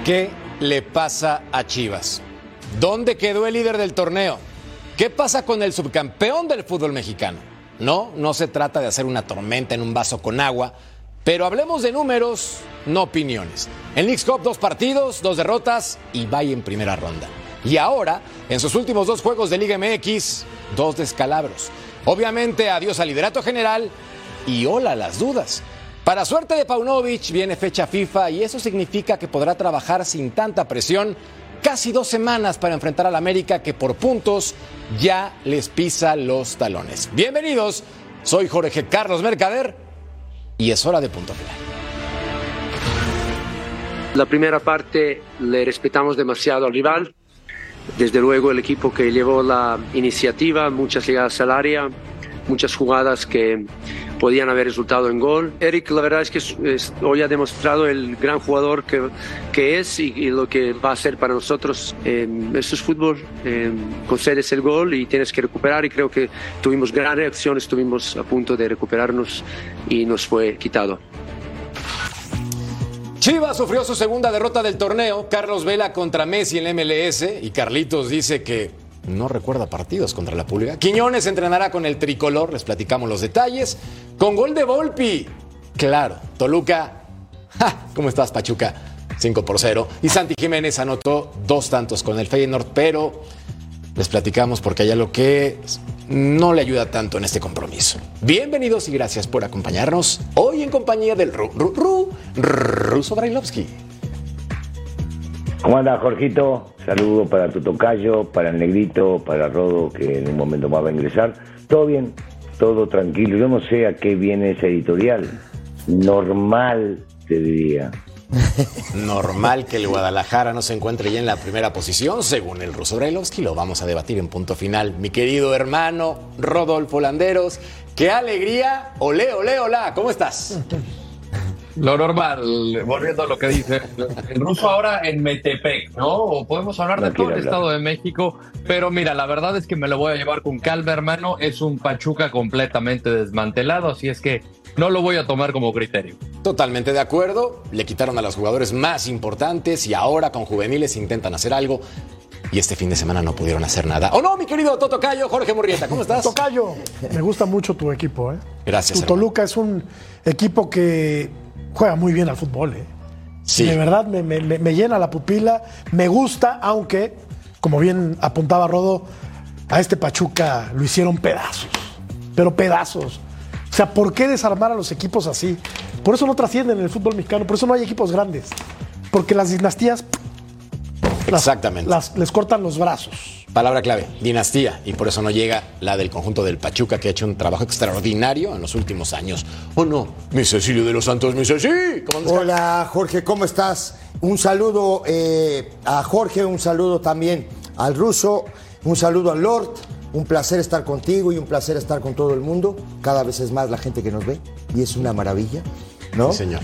¿Qué le pasa a Chivas? ¿Dónde quedó el líder del torneo? ¿Qué pasa con el subcampeón del fútbol mexicano? No se trata de hacer una tormenta en un vaso con agua, pero hablemos de números, no opiniones. En Leagues Cup, 2 partidos, 2 derrotas y va en primera ronda. Y ahora, en sus últimos 2 juegos de Liga MX, 2 descalabros. Obviamente, adiós al liderato general y hola a las dudas. Para suerte de Paunovic, viene fecha FIFA y eso significa que podrá trabajar sin tanta presión casi 2 semanas para enfrentar al América que por puntos ya les pisa los talones. Bienvenidos, soy Jorge Carlos Mercader y es hora de punto final. La primera parte le respetamos demasiado al rival. Desde luego el equipo que llevó la iniciativa, muchas llegadas al área, muchas jugadas que podían haber resultado en gol. Eric, la verdad es que hoy ha demostrado el gran jugador que es y lo que va a ser para nosotros. Esto es fútbol, concedes el gol y tienes que recuperar, y creo que tuvimos gran reacción, estuvimos a punto de recuperarnos y nos fue quitado. Chivas sufrió su segunda derrota del torneo. Carlos Vela contra Messi en la MLS y Carlitos dice que no recuerda partidos contra la Pulga. Quiñones entrenará con el tricolor, les platicamos los detalles. Con gol de Volpi. Claro, Toluca. ¿Cómo estás, Pachuca? 5-0. Y Santi Jiménez anotó 2 tantos con el Feyenoord, pero les platicamos porque hay algo que no le ayuda tanto en este compromiso. Bienvenidos y gracias por acompañarnos hoy en compañía del Ruso Brailovsky. ¿Cómo anda, Jorgito? Saludo para tu tocayo, para el negrito, para Rodo, que en un momento más va a ingresar. Todo bien, todo tranquilo. Yo no sé a qué viene ese editorial. Normal, te diría. Normal que el Guadalajara no se encuentre ya en la primera posición, según el Ruso Brailovsky. Lo vamos a debatir en punto final. Mi querido hermano Rodolfo Landeros, ¡qué alegría! ¡Olé, olé, olá! ¿Cómo estás? Lo normal, volviendo a lo que dice el Ruso ahora en Metepec, ¿no? O podemos hablar de todo el Estado de México, pero mira, la verdad es que me lo voy a llevar con calma, hermano. Es un Pachuca completamente desmantelado, así es que no lo voy a tomar como criterio. Totalmente de acuerdo. Le quitaron a los jugadores más importantes y ahora con juveniles intentan hacer algo. Y este fin de semana no pudieron hacer nada. ¡Oh, no, mi querido Tocayo! Jorge Murrieta, ¿cómo estás? Tocayo, me gusta mucho tu equipo, ¿eh? Gracias, Tu Toluca es un equipo que juega muy bien al fútbol, ¿eh? Sí. De verdad, me llena la pupila, me gusta, aunque, como bien apuntaba Rodo, a este Pachuca lo hicieron pedazos, pero pedazos. O sea, ¿por qué desarmar a los equipos así? Por eso no trascienden en el fútbol mexicano, por eso no hay equipos grandes, porque las dinastías exactamente les cortan los brazos. Palabra clave, dinastía, y por eso no llega la del conjunto del Pachuca, que ha hecho un trabajo extraordinario en los últimos años. ¿O no? Mi Cecilio de los Santos, mi Cecilio. Hola, Jorge, ¿cómo estás? Un saludo a Jorge, un saludo también al Ruso, un saludo al Lord. Un placer estar contigo y un placer estar con todo el mundo. Cada vez es más la gente que nos ve y es una maravilla, ¿no? Sí, señor.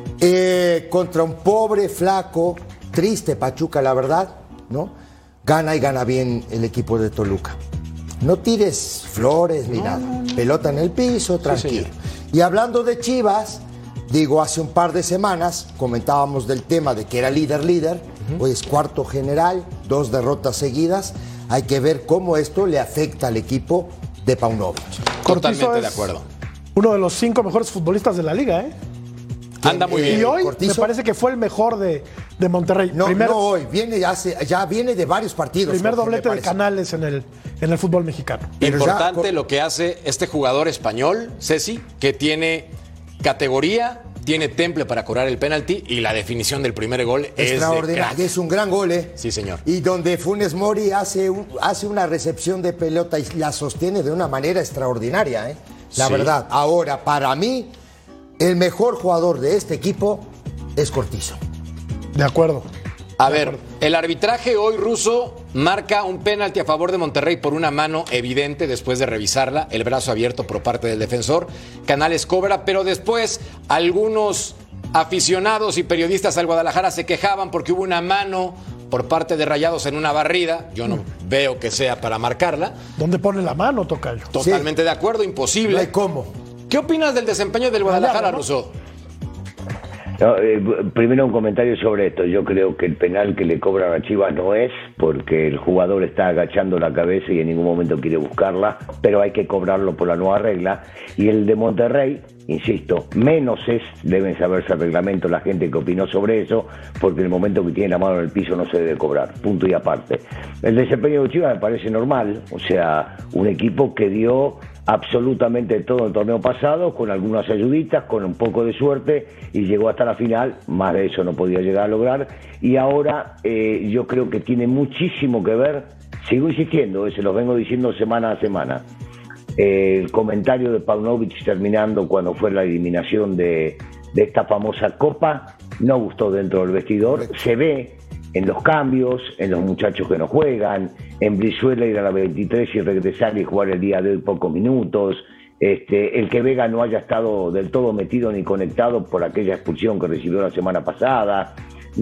Contra un pobre, flaco, triste Pachuca, la verdad, ¿no? Gana y gana bien el equipo de Toluca. No tires flores ni nada. Pelota en el piso, tranquilo. Sí, y hablando de Chivas, digo, hace un par de semanas comentábamos del tema de que era líder. Hoy es cuarto general, 2 derrotas seguidas. Hay que ver cómo esto le afecta al equipo de Paunovic. Totalmente de acuerdo. Uno de los 5 mejores futbolistas de la liga, ¿eh? Anda muy bien. Y hoy Cortizo, me parece que fue el mejor de Monterrey. No hoy, ya viene de varios partidos. Primer Jorge, doblete de Canales en el fútbol mexicano. Importante lo que hace este jugador español, Ceci, que tiene categoría, tiene temple para cobrar el penalti y la definición del primer gol es extraordinario. Es un gran gol, ¿eh? Sí, señor. Y donde Funes Mori hace una recepción de pelota y la sostiene de una manera extraordinaria, ¿eh? La verdad. Ahora, para mí, el mejor jugador de este equipo es Cortizo. De acuerdo. A ver, el arbitraje hoy, Ruso, marca un penalti a favor de Monterrey por una mano evidente después de revisarla, el brazo abierto por parte del defensor. Canales cobra, pero después algunos aficionados y periodistas al Guadalajara se quejaban porque hubo una mano por parte de Rayados en una barrida. Yo no veo que sea para marcarla. ¿Dónde pone la mano, Tocayo? Totalmente de acuerdo, imposible. No hay cómo. ¿Qué opinas del desempeño del Guadalajara, Ruso? No, primero un comentario sobre esto. Yo creo que el penal que le cobra a Chivas no es, porque el jugador está agachando la cabeza y en ningún momento quiere buscarla, pero hay que cobrarlo por la nueva regla. Y el de Monterrey, insisto, menos es, deben saberse el reglamento la gente que opinó sobre eso, porque en el momento que tiene la mano en el piso no se debe cobrar, punto y aparte. El desempeño de Chivas me parece normal, o sea, un equipo que dio absolutamente todo el torneo pasado, con algunas ayuditas, con un poco de suerte, y llegó hasta la final. Más de eso no podía llegar a lograr, y ahora yo creo que tiene muchísimo que ver, sigo insistiendo, se los vengo diciendo semana a semana, el comentario de Paunovic terminando cuando fue la eliminación de esta famosa Copa, no gustó dentro del vestidor, se ve en los cambios, en los muchachos que no juegan, en Brizuela ir a la 23 y regresar y jugar el día de hoy pocos minutos, el que Vega no haya estado del todo metido ni conectado por aquella expulsión que recibió la semana pasada,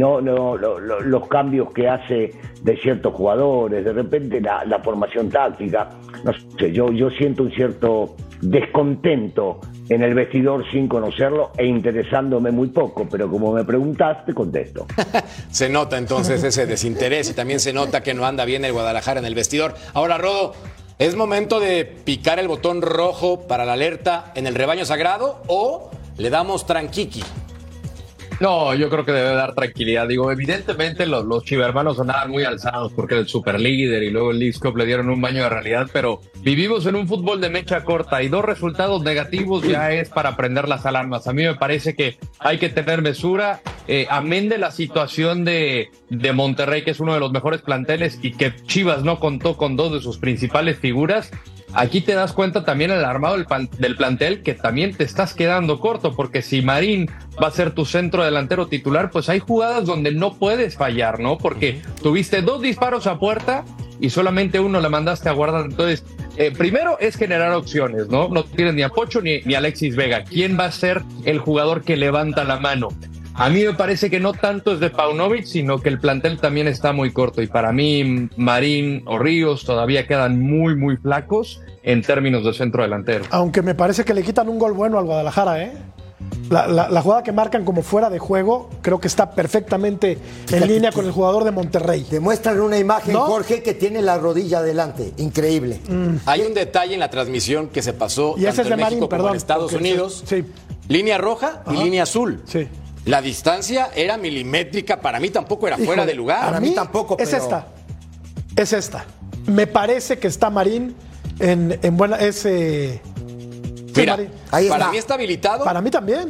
los cambios que hace de ciertos jugadores, de repente la formación táctica, no sé, yo siento un cierto descontento en el vestidor sin conocerlo e interesándome muy poco, pero como me preguntaste, contesto. Se nota entonces ese desinterés y también se nota que no anda bien el Guadalajara en el vestidor. Ahora, Rodo, ¿es momento de picar el botón rojo para la alerta en el rebaño sagrado o le damos tranquiqui? No, yo creo que debe dar tranquilidad. Digo, evidentemente los chivermanos andaban muy alzados porque el superlíder y luego el Leagues Cup le dieron un baño de realidad, pero vivimos en un fútbol de mecha corta y 2 resultados negativos ya es para prender las alarmas. A mí me parece que hay que tener mesura, amén de la situación de Monterrey, que es uno de los mejores planteles y que Chivas no contó con 2 de sus principales figuras. Aquí te das cuenta también el armado del plantel que también te estás quedando corto, porque si Marín va a ser tu centro delantero titular, pues hay jugadas donde no puedes fallar, ¿no? Porque tuviste 2 disparos a puerta y solamente uno le mandaste a guardar. Entonces, primero es generar opciones, ¿no? No tienes ni a Pocho ni a Alexis Vega. ¿Quién va a ser el jugador que levanta la mano? A mí me parece que no tanto es de Paunovic, sino que el plantel también está muy corto. Y para mí, Marín o Ríos todavía quedan muy, muy flacos en términos de centro delantero. Aunque me parece que le quitan un gol bueno al Guadalajara, ¿eh? La jugada que marcan como fuera de juego, creo que está perfectamente en línea con el jugador de Monterrey. Te muestran una imagen, ¿no? Jorge, que tiene la rodilla adelante. Increíble. Hay un detalle en la transmisión que se pasó y ese es de en México Marín, como en Estados Unidos. Sí. Línea roja y línea azul. Sí. La distancia era milimétrica, para mí tampoco era fuera de lugar. Para mí tampoco, pero... Es esta. Me parece que está Marín en buena... Mira, ahí para está. mí está habilitado. Para mí también.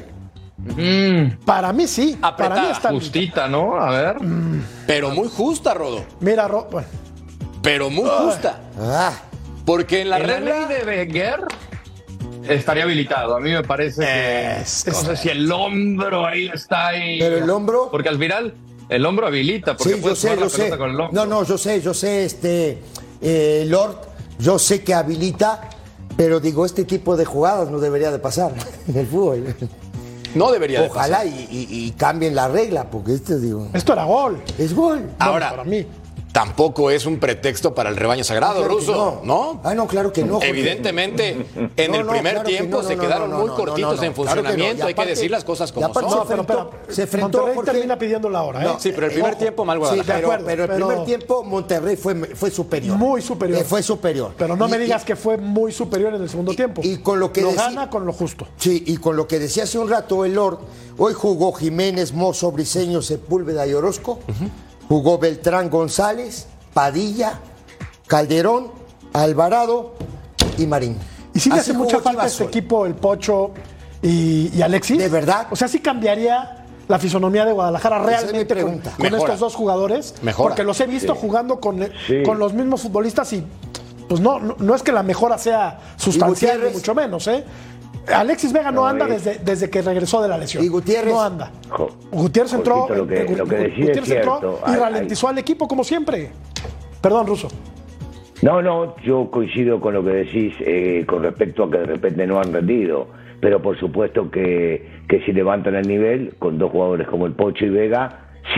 Para mí sí. Apretada. Para mí está justita, ¿no? A ver. Pero muy justa, Rodo. Mira, bueno. Pero muy justa. Porque en la regla... ley de Wenger estaría habilitado. A mí me parece que... no sé si el hombro ahí está ahí. Pero el hombro... Porque al final el hombro habilita. Porque sí, puedes jugar la pelota con el hombro. No, yo sé, Lord, yo sé que habilita, pero digo, este tipo de jugadas no debería de pasar en el fútbol. No debería de Ojalá pasar. y cambien la regla, porque esto era gol. Es gol. Ahora, para mí. Tampoco es un pretexto para el rebaño sagrado, claro ruso, ¿no? Ah, no, claro que no. Jorge. Evidentemente, en el primer tiempo se quedaron muy cortitos en funcionamiento, hay que decir las cosas como son. Se enfrentó Monterrey Jorge, termina pidiendo la hora, ¿eh? Sí, pero el primer tiempo mal Guadalajara. Sí, de acuerdo, pero el primer tiempo Monterrey fue superior. Muy superior. Fue superior. Pero no me digas que fue muy superior en el segundo tiempo. Y con lo que gana con lo justo. Sí, y con lo que decía hace un rato el Lord, hoy jugó Jiménez, Mozo, Briseño, Sepúlveda y Orozco, jugó Beltrán González, Padilla, Calderón, Alvarado y Marín. ¿Y sí le hace mucha falta a este equipo el Pocho y Alexis? ¿De verdad? O sea, ¿sí cambiaría la fisonomía de Guadalajara realmente con estos dos jugadores? Mejora. Porque los he visto jugando con los mismos futbolistas y pues no es que la mejora sea sustancial, ni mucho menos, ¿eh? Alexis Vega no anda desde que regresó de la lesión. ¿Y Gutiérrez? No anda. Gutiérrez entró, lo que Gutiérrez entró y ralentizó al equipo como siempre. Perdón, Ruso. No, yo coincido con lo que decís con respecto a que de repente no han rendido, pero por supuesto que si levantan el nivel con dos jugadores como el Pocho y Vega, sí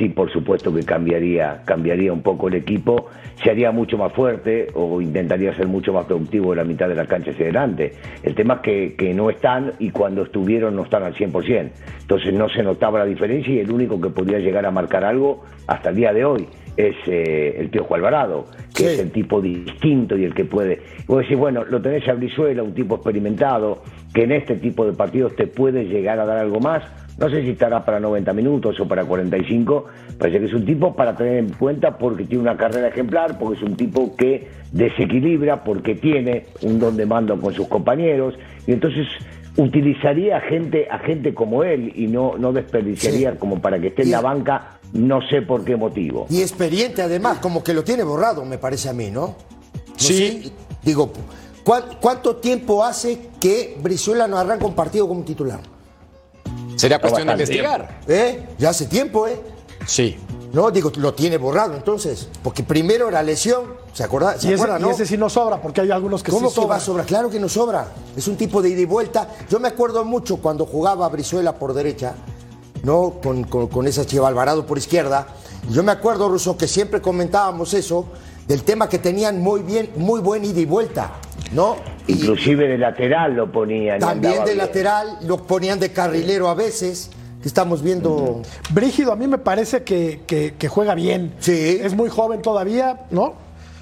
sí, por supuesto que cambiaría un poco el equipo, se haría mucho más fuerte o intentaría ser mucho más productivo de la mitad de la cancha hacia adelante. El tema es que no están, y cuando estuvieron no están al 100%. Entonces no se notaba la diferencia, y el único que podía llegar a marcar algo hasta el día de hoy es el Piojo Alvarado, que es el tipo distinto y el que puede. Vos decís, bueno, lo tenés a Brizuela, un tipo experimentado, que en este tipo de partidos te puede llegar a dar algo más. No sé si estará para 90 minutos o para 45, parece que es un tipo para tener en cuenta porque tiene una carrera ejemplar, porque es un tipo que desequilibra, porque tiene un don de mando con sus compañeros, y entonces utilizaría a gente como él y no desperdiciaría como para que esté en la banca, no sé por qué motivo. Y experiente además, como que lo tiene borrado, me parece a mí, ¿no? Sí. Sé, digo, ¿cuánto tiempo hace que Brizuela no arranca un partido como titular? Sería cuestión de investigar. Ya hace tiempo, Sí. No, digo, lo tiene borrado entonces, porque primero era lesión, ¿se acuerda? Y ese sí no sobra, porque hay algunos que sí sobran. ¿Cómo que va a sobrar? Claro que no sobra. Es un tipo de ida y vuelta. Yo me acuerdo mucho cuando jugaba Brizuela por derecha, ¿no? Con esa Chiva Alvarado por izquierda. Y yo me acuerdo, Russo, que siempre comentábamos eso, del tema que tenían muy buen ida y vuelta, ¿no? Inclusive de lateral lo ponían. También de lateral, lo ponían de carrilero a veces, que estamos viendo. Brígido, a mí me parece que juega bien. Sí. Es muy joven todavía, ¿no?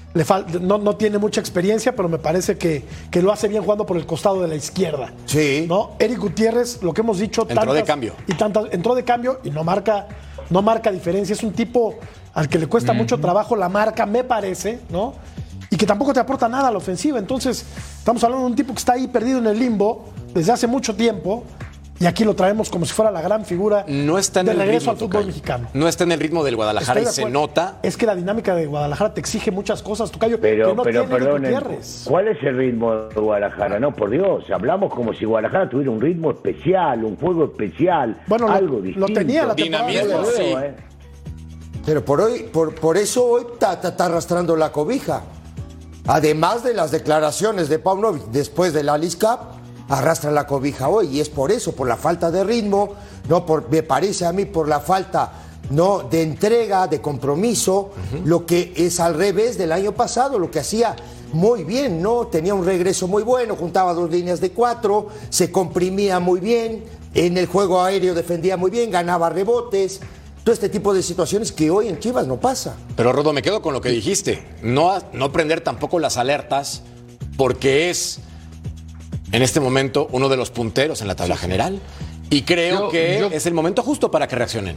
No tiene mucha experiencia, pero me parece que lo hace bien jugando por el costado de la izquierda. Sí. ¿No? Eric Gutiérrez, lo que hemos dicho, entró de cambio. Entró de cambio y no marca diferencia. Es un tipo al que le cuesta mucho trabajo la marca, me parece, ¿no? Y que tampoco te aporta nada a la ofensiva. Entonces, estamos hablando de un tipo que está ahí perdido en el limbo desde hace mucho tiempo, y aquí lo traemos como si fuera la gran figura No está en de el regreso ritmo, al fútbol Tocayo. mexicano. No está en el ritmo del Guadalajara y Estoy de se acuerdo. nota. Es que la dinámica de Guadalajara te exige muchas cosas, Tocayo, Pero que no tiene perdonen, Gutiérrez. ¿cuál es el ritmo de Guadalajara? No, por Dios, hablamos como si Guadalajara tuviera un ritmo especial, un juego especial, Bueno, algo lo distinto. tenía la temporada. Dinamismo, Yo lo sí. veo, Pero por eso hoy está arrastrando la cobija. Además de las declaraciones de Paunovic después de la Leagues Cup, arrastra la cobija hoy, y es por eso, por la falta de ritmo, me parece a mí por la falta, ¿no?, de entrega, de compromiso, lo que es al revés del año pasado, lo que hacía muy bien, ¿no? Tenía un regreso muy bueno, juntaba 2 líneas de 4, se comprimía muy bien, en el juego aéreo defendía muy bien, ganaba rebotes. Todo este tipo de situaciones que hoy en Chivas no pasa. Pero Rodo, me quedo con lo que dijiste. No prender tampoco las alertas, porque es en este momento uno de los punteros en la tabla general. Y creo que es el momento justo para que reaccionen.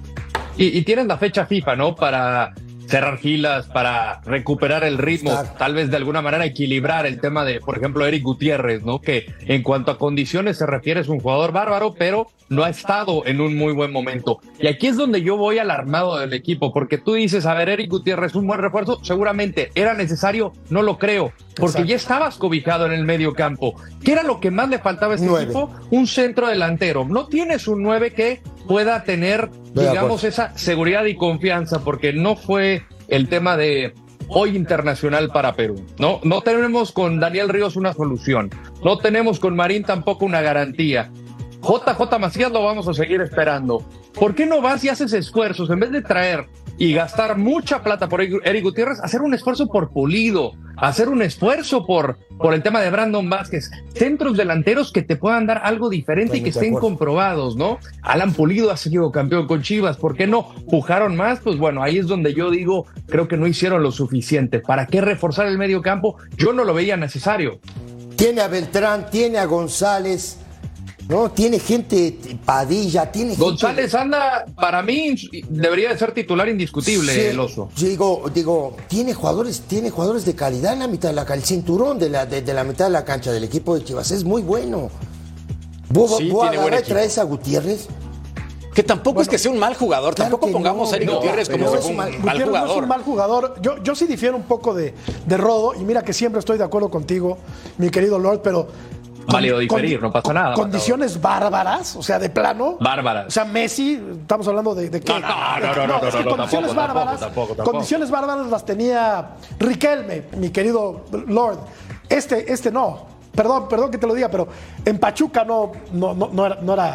Y tienen la fecha FIFA, ¿no? Para cerrar filas, para recuperar el ritmo, tal vez de alguna manera equilibrar el tema de, por ejemplo, Eric Gutiérrez, ¿no? Que en cuanto a condiciones se refiere, es un jugador bárbaro, pero no ha estado en un muy buen momento. Y aquí es donde yo voy al armado del equipo, porque tú dices, a ver, Eric Gutiérrez, un buen refuerzo, seguramente era necesario, no lo creo, porque ya estabas cobijado en el medio campo. ¿Qué era lo que más le faltaba a este equipo? Un centro delantero. No tienes un 9 que pueda tener, digamos, esa seguridad y confianza, porque no fue el tema de hoy internacional para Perú. No tenemos con Daniel Ríos una solución. No tenemos con Marín tampoco una garantía. JJ Macías lo vamos a seguir esperando. ¿Por qué no vas y haces esfuerzos en vez de traer y gastar mucha plata por Eric Gutiérrez, hacer un esfuerzo por Pulido, hacer un esfuerzo por el tema de Brandon Vázquez, centros delanteros que te puedan dar algo diferente y que estén comprobados, ¿no? Alan Pulido ha sido campeón con Chivas, ¿por qué no pujaron más? Pues bueno, ahí es donde yo digo, creo que no hicieron lo suficiente. ¿Para qué reforzar el medio campo? Yo no lo veía necesario. Tiene a Beltrán, tiene a González, ¿no? Tiene gente, Padilla, tiene González gente... anda, para mí, debería de ser titular indiscutible, Sí, el Oso. Digo, tiene jugadores de calidad en la mitad de la cancha, el cinturón de la mitad de la cancha del equipo de Chivas es muy bueno. ¿Vos agarrás y traes a Gutiérrez? Que tampoco es que sea un mal jugador, claro tampoco pongamos a Eric Gutiérrez como no si es fuera un un mal jugador. No es un mal jugador. Yo sí difiero un poco de Rodo, y mira que siempre estoy de acuerdo contigo, mi querido Lord, pero... Válido diferir, no pasa nada. Condiciones bárbaras, o sea, de plano. Bárbaras. O sea, Messi, estamos hablando de qué. No, condiciones bárbaras. tampoco. Condiciones bárbaras las tenía Riquelme, mi querido Lord. Este no. Perdón que te lo diga, pero en Pachuca no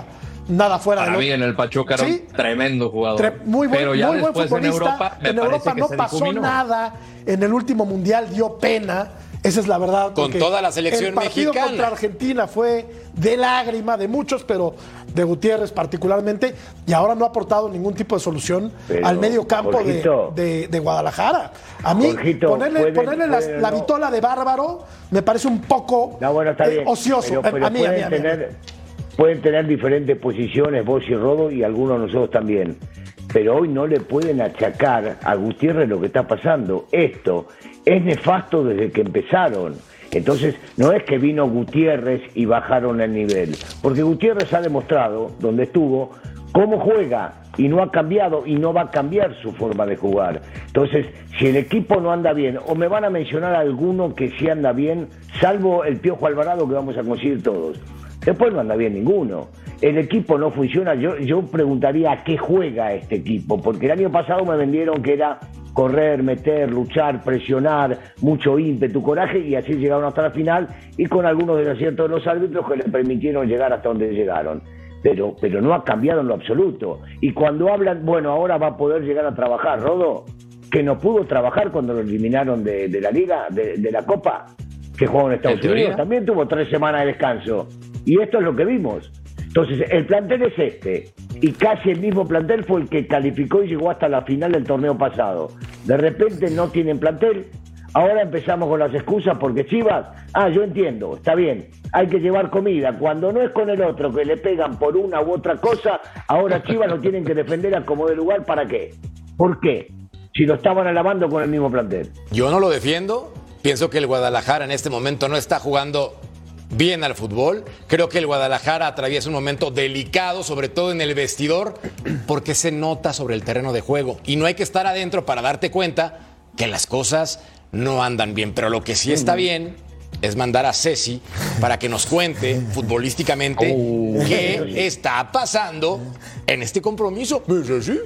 nada fuera Para mí en el Pachuca era un tremendo jugador. Muy buen, pero ya muy buen después futbolista. en Europa no pasó nada. En el último mundial dio pena. Esa es la verdad. Con toda la selección mexicana. El partido contra Argentina fue de lágrima de muchos, pero de Gutiérrez particularmente, y ahora no ha aportado ningún tipo de solución al medio campo de Guadalajara. A mí, ponerle la vitola de bárbaro me parece un poco ocioso. Pero pueden tener diferentes posiciones, vos y Rodo, y algunos de nosotros también. Pero hoy no le pueden achacar a Gutiérrez lo que está pasando. Esto es nefasto desde que empezaron. Entonces, no es que vino Gutiérrez y bajaron el nivel. Porque Gutiérrez ha demostrado, donde estuvo, cómo juega. Y no ha cambiado y no va a cambiar su forma de jugar. Entonces, si el equipo no anda bien, o me van a mencionar alguno que sí anda bien, salvo el Piojo Alvarado que vamos a conseguir todos. Después no anda bien ninguno. El equipo no funciona. Yo preguntaría a qué juega este equipo, porque el año pasado me vendieron que era correr, meter, luchar, presionar, mucho ímpetu, coraje, y así llegaron hasta la final, y con algunos desaciertos de los árbitros que les permitieron llegar hasta donde llegaron. Pero no ha cambiado en lo absoluto. Y cuando hablan, bueno, ahora va a poder llegar a trabajar, Rodo, que no pudo trabajar cuando lo eliminaron de la Liga, de la Copa, que jugó en Estados Unidos, también tuvo 3 semanas de descanso. Y esto es lo que vimos. Entonces, el plantel es este. Y casi el mismo plantel fue el que calificó y llegó hasta la final del torneo pasado. De repente no tienen plantel. Ahora empezamos con las excusas porque Chivas... yo entiendo, está bien. Hay que llevar comida. Cuando no es con el otro que le pegan por una u otra cosa, ahora Chivas lo tienen que defender a como de lugar. ¿Para qué? ¿Por qué? Si lo estaban alabando con el mismo plantel. Yo no lo defiendo. Pienso que el Guadalajara en este momento no está jugando bien al fútbol. Creo que el Guadalajara atraviesa un momento delicado, sobre todo en el vestidor, porque se nota sobre el terreno de juego. Y no hay que estar adentro para darte cuenta que las cosas no andan bien. Pero lo que sí está bien es mandar a Ceci para que nos cuente futbolísticamente qué está pasando en este compromiso. ¿Sí?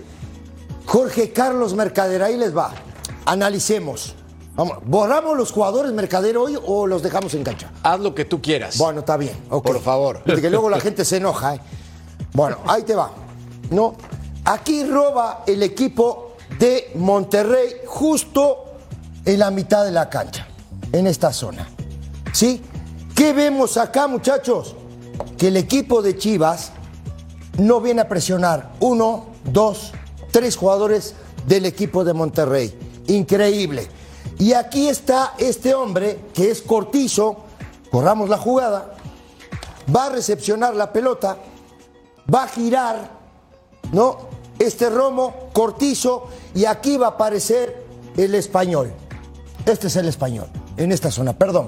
Jorge Carlos Mercader, ahí les va. Analicemos. Vamos, ¿borramos los jugadores, Mercader, hoy o los dejamos en cancha? Haz lo que tú quieras. Bueno, está bien. Okay. Por favor. Porque luego la gente se enoja. Bueno, ahí te va. No, aquí roba el equipo de Monterrey justo en la mitad de la cancha, en esta zona. ¿Sí? ¿Qué vemos acá, muchachos? Que el equipo de Chivas no viene a presionar 1, 2, 3 jugadores del equipo de Monterrey. Increíble. Y aquí está este hombre, que es Cortizo, corramos la jugada, va a recepcionar la pelota, va a girar, ¿no? Este Romo, Cortizo, y aquí va a aparecer el Español. Este es el Español, en esta zona, perdón,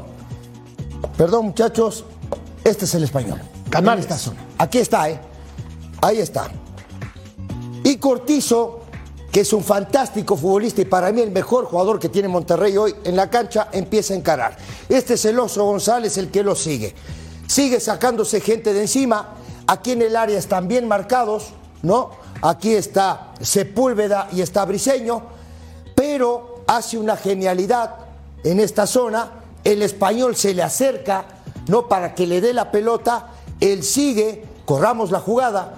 muchachos, este es el Español. Canales. En esta zona. Aquí está, ahí está. Y Cortizo, que es un fantástico futbolista y para mí el mejor jugador que tiene Monterrey hoy en la cancha, empieza a encarar. Este es el Oso González el que lo sigue. Sigue sacándose gente de encima. Aquí en el área están bien marcados, ¿no? Aquí está Sepúlveda y está Briseño, pero hace una genialidad en esta zona. El Español se le acerca, ¿no? Para que le dé la pelota. Él sigue, corramos la jugada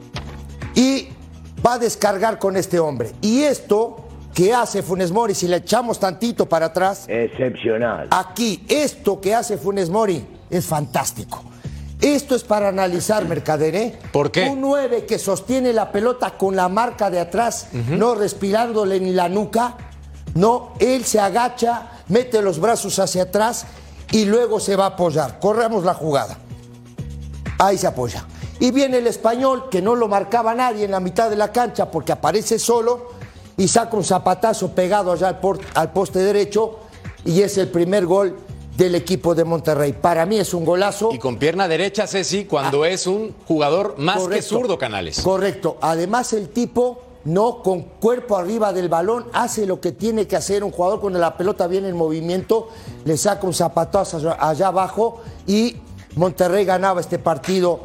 y va a descargar con este hombre. Y esto que hace Funes Mori, si le echamos tantito para atrás... Excepcional. Aquí, esto que hace Funes Mori es fantástico. Esto es para analizar, Mercader, ¿eh? ¿Por qué? Un 9 que sostiene la pelota con la marca de atrás, no respirándole ni la nuca, no, él se agacha, mete los brazos hacia atrás y luego se va a apoyar. Corremos la jugada. Ahí se apoya. Y viene el Español, que no lo marcaba nadie en la mitad de la cancha porque aparece solo y saca un zapatazo pegado allá al poste derecho y es el primer gol del equipo de Monterrey. Para mí es un golazo. Y con pierna derecha, Ceci, cuando es un jugador más que zurdo, Canales. Correcto. Además, el tipo, no, con cuerpo arriba del balón, hace lo que tiene que hacer un jugador cuando la pelota viene en movimiento, le saca un zapatazo allá abajo y Monterrey ganaba este partido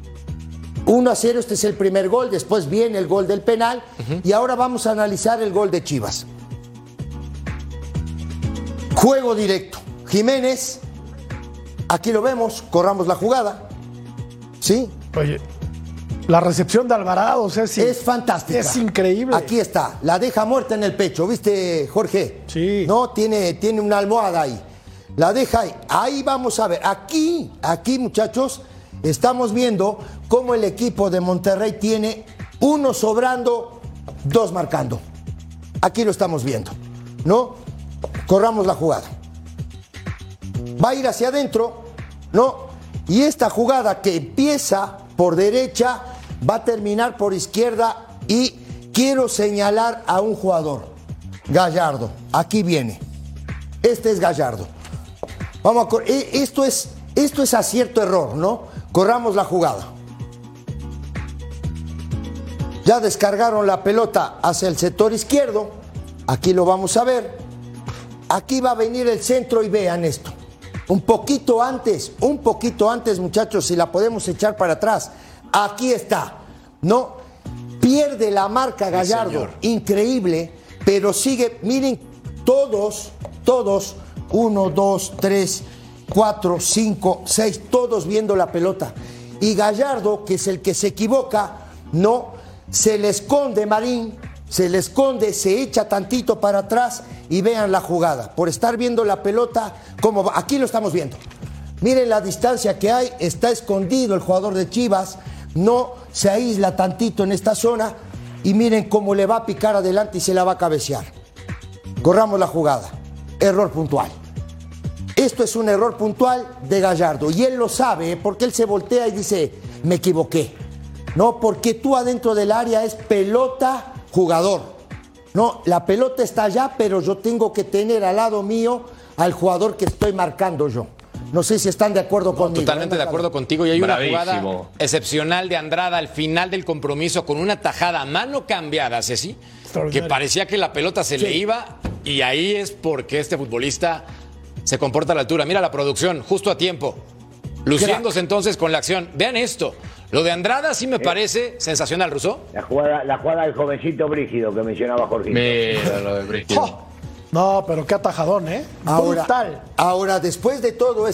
1-0, este es el primer gol, después viene el gol del penal y ahora vamos a analizar el gol de Chivas. Juego directo. Jiménez, aquí lo vemos, corramos la jugada. ¿Sí? Oye, La recepción de Alvarado, o sea, es fantástica. Es increíble. Aquí está, la deja muerta en el pecho, ¿viste, Jorge? Sí. No, tiene una almohada ahí. La deja ahí. Ahí vamos a ver. Aquí, muchachos, estamos viendo cómo el equipo de Monterrey tiene uno sobrando, dos marcando. Aquí lo estamos viendo, ¿no? Corramos la jugada. Va a ir hacia adentro, ¿no? Y esta jugada que empieza por derecha va a terminar por izquierda y quiero señalar a un jugador, Gallardo. Aquí viene. Este es Gallardo. Vamos a esto es acierto-error, ¿no? Corramos la jugada. Ya descargaron la pelota hacia el sector izquierdo. Aquí lo vamos a ver. Aquí va a venir el centro y vean esto. Un poquito antes, muchachos, si la podemos echar para atrás. Aquí está, ¿no? Pierde la marca Gallardo, increíble, pero sigue, miren, todos, 1, 2, 3, 4, 5, 6, todos viendo la pelota. Y Gallardo, que es el que se equivoca, no, se le esconde Marín, se le esconde, se echa tantito para atrás y vean la jugada. Por estar viendo la pelota, cómo va. Aquí lo estamos viendo. Miren la distancia que hay, está escondido el jugador de Chivas, no se aísla tantito en esta zona y miren cómo le va a picar adelante y se la va a cabecear. Corramos la jugada. Error puntual. Esto es un error puntual de Gallardo y él lo sabe porque él se voltea y dice, me equivoqué. No, porque tú adentro del área es pelota, jugador. No, la pelota está allá, pero yo tengo que tener al lado mío al jugador que estoy marcando yo. No sé si están de acuerdo conmigo. Totalmente de acuerdo contigo. Y hay una jugada excepcional de Andrada al final del compromiso con una tajada a mano cambiada, Ceci, que parecía que la pelota se le iba y ahí es porque este futbolista se comporta a la altura. Mira la producción, justo a tiempo, luciéndose entonces con la acción. Vean esto. Lo de Andrada sí me parece sensacional, Russo. La jugada del jovencito Brígido que mencionaba Jorge. Mira lo de Brígido. ¡Oh! No, pero qué atajadón, ¿eh? Brutal. Ahora, después de todo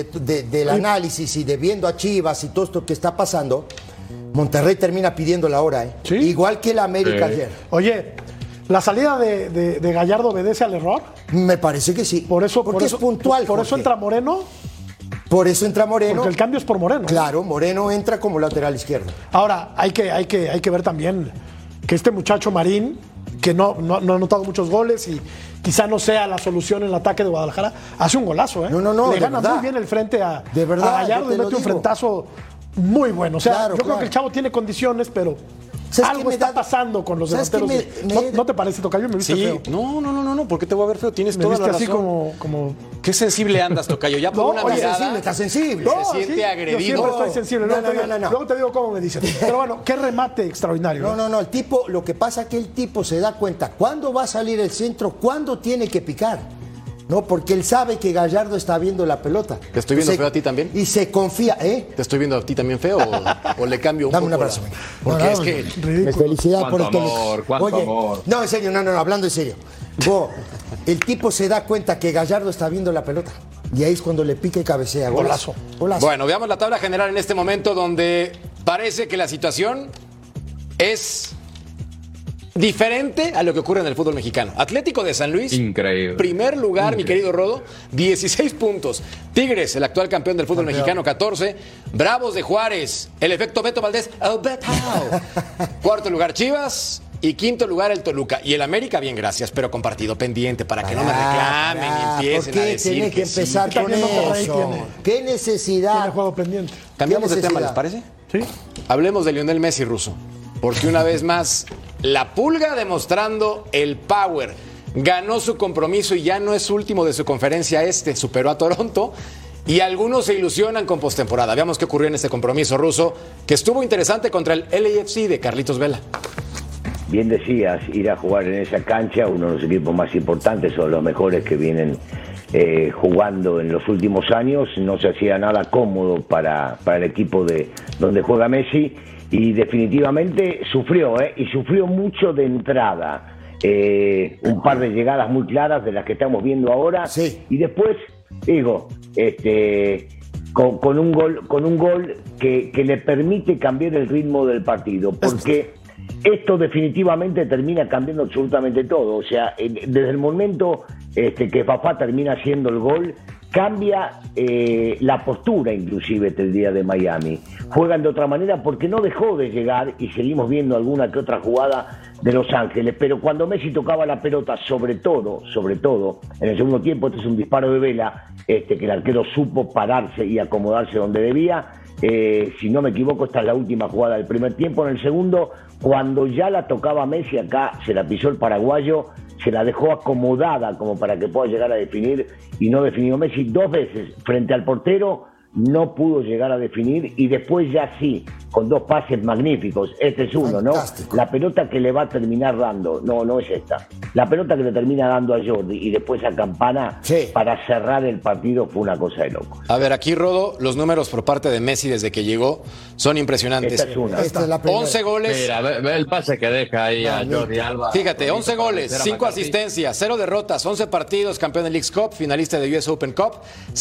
del análisis y de viendo a Chivas y todo esto que está pasando, Monterrey termina pidiendo la hora, ¿eh? ¿Sí? Igual que el América ayer. Oye, ¿la salida de Gallardo obedece al error? Me parece que sí. Porque es puntual. Por eso entra Moreno. Por eso entra Moreno. Porque el cambio es por Moreno. Claro, Moreno entra como lateral izquierdo. Ahora, hay que ver también que este muchacho Marín, que no ha anotado muchos goles y quizá no sea la solución en el ataque de Guadalajara, hace un golazo, ¿eh? No, le gana verdad. muy bien el frente a Gallardo y mete un frentazo muy bueno. O sea, yo creo que el chavo tiene condiciones, pero algo está pasando con los delanteros. ¿No te parece, Tocayo? ¿Me viste feo? No, ¿por qué te voy a ver feo? Tienes toda la razón. Así como... Qué sensible andas, Tocayo. Ya por una mirada... Está sensible. Se siente agredido. Yo siempre estoy sensible. Luego te digo cómo me dicen. Pero bueno, qué remate extraordinario. No, el tipo, lo que pasa es que el tipo se da cuenta cuándo va a salir el centro, cuándo tiene que picar. No, porque él sabe que Gallardo está viendo la pelota. ¿Te estoy viendo feo a ti también? Y se confía, ¿eh? ¿Te estoy viendo a ti también feo o le cambio un Dame poco? Un abrazo. Porque es que... Felicidad por esto. ¿Cuánto amor? No, en serio, no, hablando en serio. El tipo se da cuenta que Gallardo está viendo la pelota. Y ahí es cuando le pica y cabecea. Golazo. Bueno, veamos la tabla general en este momento donde parece que la situación es diferente a lo que ocurre en el fútbol mexicano. Atlético de San Luis, increíble. Primer lugar, mi querido Rodo, 16 puntos. Tigres, el actual campeón del fútbol mexicano, 14. Bravos de Juárez, el efecto Beto Valdés, cuarto lugar Chivas y quinto lugar el Toluca. Y el América, bien, gracias, pero con partido pendiente para que no me reclamen y empiecen a decir tiene que empezar con eso? ¿Qué necesidad? Tiene juego pendiente. Cambiamos de tema, ¿les parece? Sí. Hablemos de Lionel Messi, Russo. Porque una vez más, la Pulga demostrando el power. Ganó su compromiso y ya no es último de su conferencia superó a Toronto y algunos se ilusionan con postemporada. Veamos qué ocurrió en este compromiso, Russo, que estuvo interesante contra el LAFC de Carlitos Vela. Bien decías, ir a jugar en esa cancha, uno de los equipos más importantes o los mejores que vienen jugando en los últimos años, no se hacía nada cómodo para el equipo de donde juega Messi. Y definitivamente sufrió, y sufrió mucho de entrada. Un par de llegadas muy claras de las que estamos viendo ahora. Sí. Y después, con un gol que le permite cambiar el ritmo del partido, porque esto definitivamente termina cambiando absolutamente todo. O sea, desde el momento que Fafá termina haciendo el gol, cambia la postura inclusive del día de Miami. Juegan de otra manera porque no dejó de llegar y seguimos viendo alguna que otra jugada de Los Ángeles, pero cuando Messi tocaba la pelota, sobre todo, en el segundo tiempo, este es un disparo de Vela, que el arquero supo pararse y acomodarse donde debía. Si no me equivoco, esta es la última jugada del primer tiempo. En el segundo, cuando ya la tocaba Messi, acá se la pisó el paraguayo, se la dejó acomodada como para que pueda llegar a definir, y no definió Messi 2 veces frente al portero, no pudo llegar a definir, y después ya sí, con 2 pases magníficos. Este es uno, fantástico, ¿no? La pelota que le va a terminar dando, no es esta. La pelota que le termina dando a Jordi y después a Campana, sí, para cerrar el partido, fue una cosa de loco. A ver, aquí, Rodo, los números por parte de Messi desde que llegó son impresionantes. Esta es una. Esta es la primera. 11 goles. Mira, ve el pase que deja ahí a Jordi Alba. Fíjate, 11 goles, 5 asistencias, 0 derrotas, 11 partidos, campeón de Leagues Cup, finalista de US Open Cup,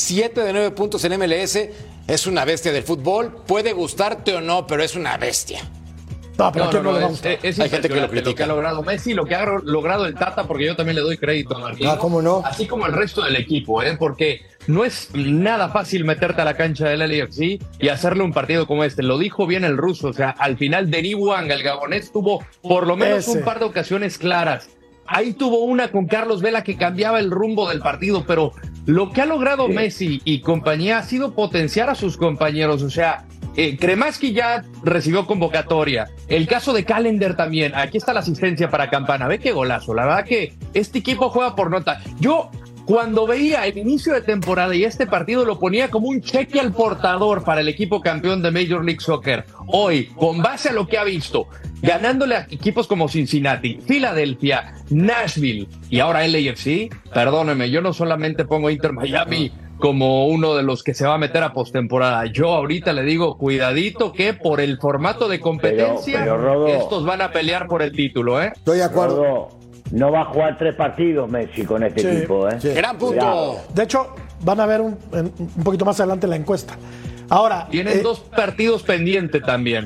7 de 9 puntos en MLS. Es una bestia del fútbol. Puede gustarte o no, pero es una bestia. No, pero ¿a quién no le vamos? Es Hay gente que lo impresionante critica. que ha logrado Messi, lo que ha logrado el Tata, porque yo también le doy crédito a Martín. ¿Cómo no? Así como el resto del equipo, porque no es nada fácil meterte a la cancha del LAFC y hacerle un partido como este. Lo dijo bien el ruso, o sea, al final Denis Wang, el gabonés, tuvo por lo menos un par de ocasiones claras. Ahí tuvo una con Carlos Vela que cambiaba el rumbo del partido, pero lo que ha logrado Messi y compañía ha sido potenciar a sus compañeros. O sea, Cremaschi ya recibió convocatoria. El caso de Callender también. Aquí está la asistencia para Campana. Ve qué golazo. La verdad que este equipo juega por nota. Yo, cuando veía el inicio de temporada y este partido, lo ponía como un cheque al portador para el equipo campeón de Major League Soccer. Hoy, con base a lo que ha visto, ganándole a equipos como Cincinnati, Filadelfia, Nashville y ahora LAFC, perdóneme, yo no solamente pongo Inter Miami como uno de los que se va a meter a postemporada. Yo ahorita le digo, cuidadito, que por el formato de competencia, pero, Rodo, estos van a pelear por el título, Estoy de acuerdo. Rodo, no va a jugar 3 partidos Messi con este equipo, sí. Gran punto. Cuidado. De hecho, van a ver un poquito más adelante la encuesta. Ahora, Tienen 2 partidos pendientes también.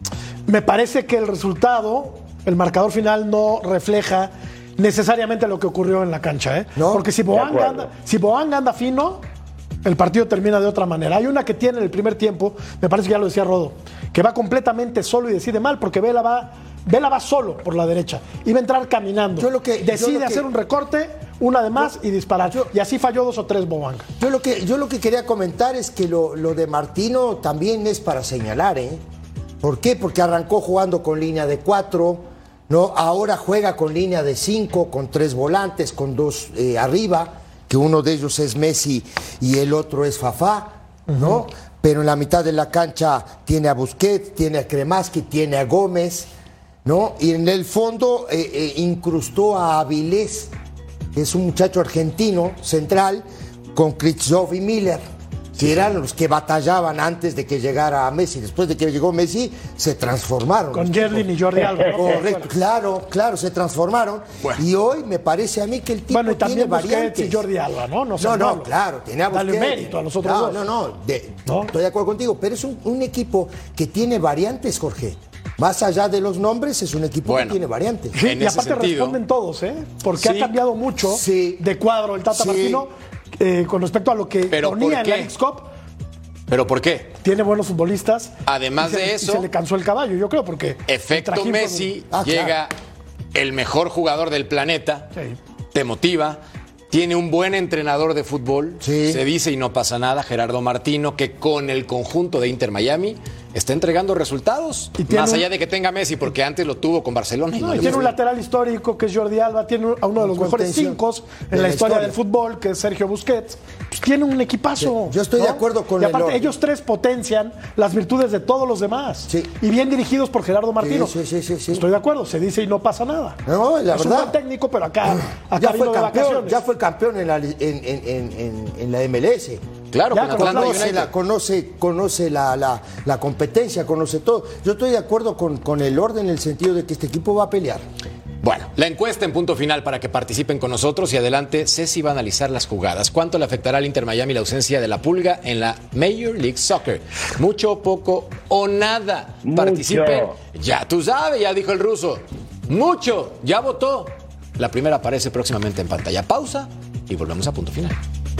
me parece que el resultado, el marcador final, no refleja necesariamente lo que ocurrió en la cancha, No, porque si Boanga anda fino, el partido termina de otra manera. Hay una que tiene en el primer tiempo, me parece que ya lo decía Rodo, que va completamente solo y decide mal, porque Vela va solo por la derecha. Iba a entrar caminando. Decide hacer un recorte, una de más y disparar. Y así falló 2 o 3 Boanga. Yo lo que quería comentar es que lo de Martino también es para señalar, ¿Por qué? Porque arrancó jugando con línea de 4, ¿no? Ahora juega con línea de 5, con 3 volantes, con 2 arriba, que uno de ellos es Messi y el otro es Fafá, ¿no? Pero en la mitad de la cancha tiene a Busquets, tiene a Cremaschi, tiene a Gómez, ¿no? Y en el fondo incrustó a Avilés, que es un muchacho argentino central, con Krzysztof y Miller, que eran los que batallaban antes de que llegara Messi. Después de que llegó Messi, se transformaron. Con Gerlin y Jordi Alba. Correcto, claro, se transformaron. Bueno. Y hoy me parece a mí que el tipo Bueno, y tiene también variantes. Busquets y Jordi Alba, ¿no? No, claro, tiene a Dale Busquets. mérito a los otros dos. No, ¿No? estoy de acuerdo contigo, pero es un equipo que tiene variantes, Jorge. Más allá de los nombres, es un equipo que tiene variantes. Sí, En y ese aparte sentido, responden todos, porque ha cambiado mucho de cuadro el Tata Martino con respecto a lo que ponía en la Leagues Cup. ¿Pero por qué? Tiene buenos futbolistas. Además de eso, se le cansó el caballo, yo creo, porque efecto Messi, llega el mejor jugador del planeta, te motiva, tiene un buen entrenador de fútbol, se dice y no pasa nada, Gerardo Martino, que con el conjunto de Inter Miami está entregando resultados, más allá de que tenga Messi, porque antes lo tuvo con Barcelona. Y tiene un lateral histórico que es Jordi Alba, tiene a uno de los mejores 5 en la historia del fútbol, que es Sergio Busquets. Pues tiene un equipazo. Yo estoy de acuerdo con y aparte, orden. ellos 3 potencian las virtudes de todos los demás. Y bien dirigidos por Gerardo Martino. Sí. Estoy de acuerdo, se dice y no pasa nada. No, la es verdad. un buen técnico, pero acá ya fue campeón en la MLS. Claro, ya, con Atlanta United. Conoce la competencia, conoce todo. Yo estoy de acuerdo con el orden en el sentido de que este equipo va a pelear. Bueno, la encuesta en punto final para que participen con nosotros y adelante, Ceci va a analizar las jugadas. ¿Cuánto le afectará al Inter Miami la ausencia de la Pulga en la Major League Soccer? ¿Mucho, poco o nada? Mucho. Participen. Ya tú sabes, ya dijo el ruso. Mucho, ya votó. La primera aparece próximamente en pantalla. Pausa y volvemos a punto final.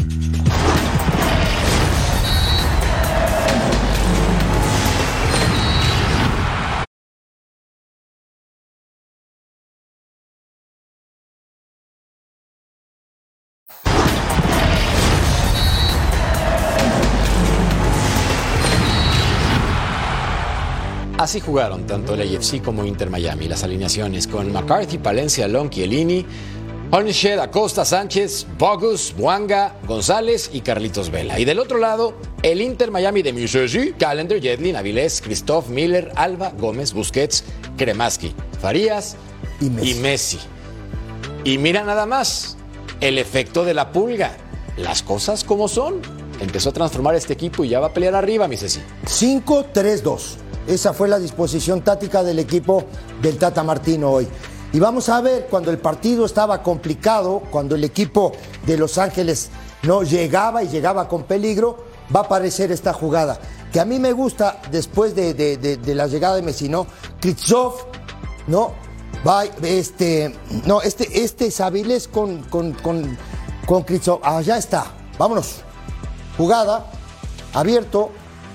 Así jugaron tanto el AFC como Inter Miami. Las alineaciones con McCarthy, Palencia, Long, Chiellini, Hornshed, Acosta, Sánchez, Bogus, Bouanga, González y Carlitos Vela. Y del otro lado, el Inter Miami de Musesi, Callender, Yedlin, Avilés, Christoph, Miller, Alba, Gómez, Busquets, Kremaski, Farías y Messi. Y mira nada más, el efecto de la Pulga. Las cosas como son. Empezó a transformar este equipo y ya va a pelear arriba, mi Ceci. 5-3-2. Esa fue la disposición táctica del equipo del Tata Martino hoy. Y vamos a ver, cuando el partido estaba complicado, cuando el equipo de Los Ángeles no llegaba y llegaba con peligro, va a aparecer esta jugada. Que a mí me gusta después de la llegada de Messi, ¿no? Krzysztof, ¿no? Va, este es Avilés con Krzysztof. Ya está. Vámonos. Jugada, abierto.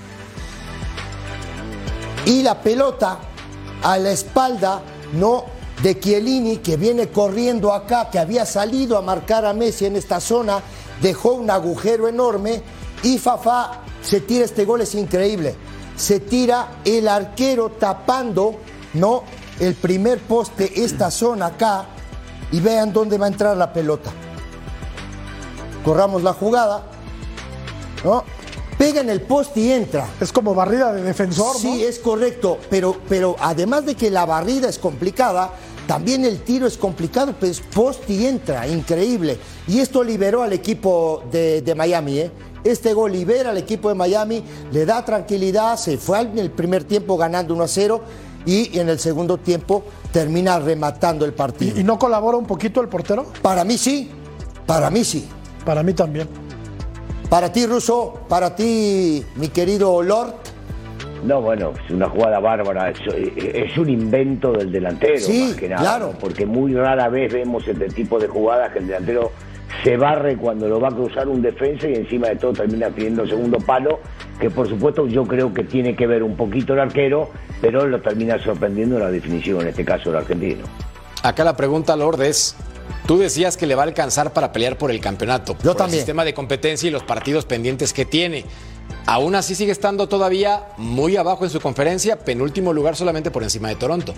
Y la pelota a la espalda, ¿no?, de Chiellini, que viene corriendo acá, que había salido a marcar a Messi en esta zona, dejó un agujero enorme y Fafá se tira este gol, es increíble. Se tira el arquero tapando, ¿no?, el primer poste, esta zona acá, y vean dónde va a entrar la pelota. Corramos la jugada, ¿no? Pega en el poste y entra. Es como barrida de defensor, ¿no? Sí, es correcto, pero además de que la barrida es complicada, también el tiro es complicado, pues poste y entra, increíble. Y esto liberó al equipo de Miami, ¿eh? Este gol libera al equipo de Miami, le da tranquilidad, se fue en el primer tiempo ganando 1-0 y en el segundo tiempo termina rematando el partido. ¿Y no colabora un poquito el portero? Para mí sí, para mí sí. Para mí también. Para ti, Russo, para ti, mi querido Lord. No, bueno, es una jugada bárbara, es un invento del delantero, sí, más que nada, claro. ¿no? Porque muy rara vez vemos este tipo de jugadas que el delantero se barre cuando lo va a cruzar un defensa y encima de todo termina pidiendo segundo palo, que por supuesto yo creo que tiene que ver un poquito el arquero, pero lo termina sorprendiendo la definición, en este caso el argentino. Acá la pregunta, Lord, es... Tú decías que le va a alcanzar para pelear por el campeonato. Yo por también. El sistema de competencia y los partidos pendientes que tiene. Aún así sigue estando todavía muy abajo en su conferencia, penúltimo lugar solamente por encima de Toronto.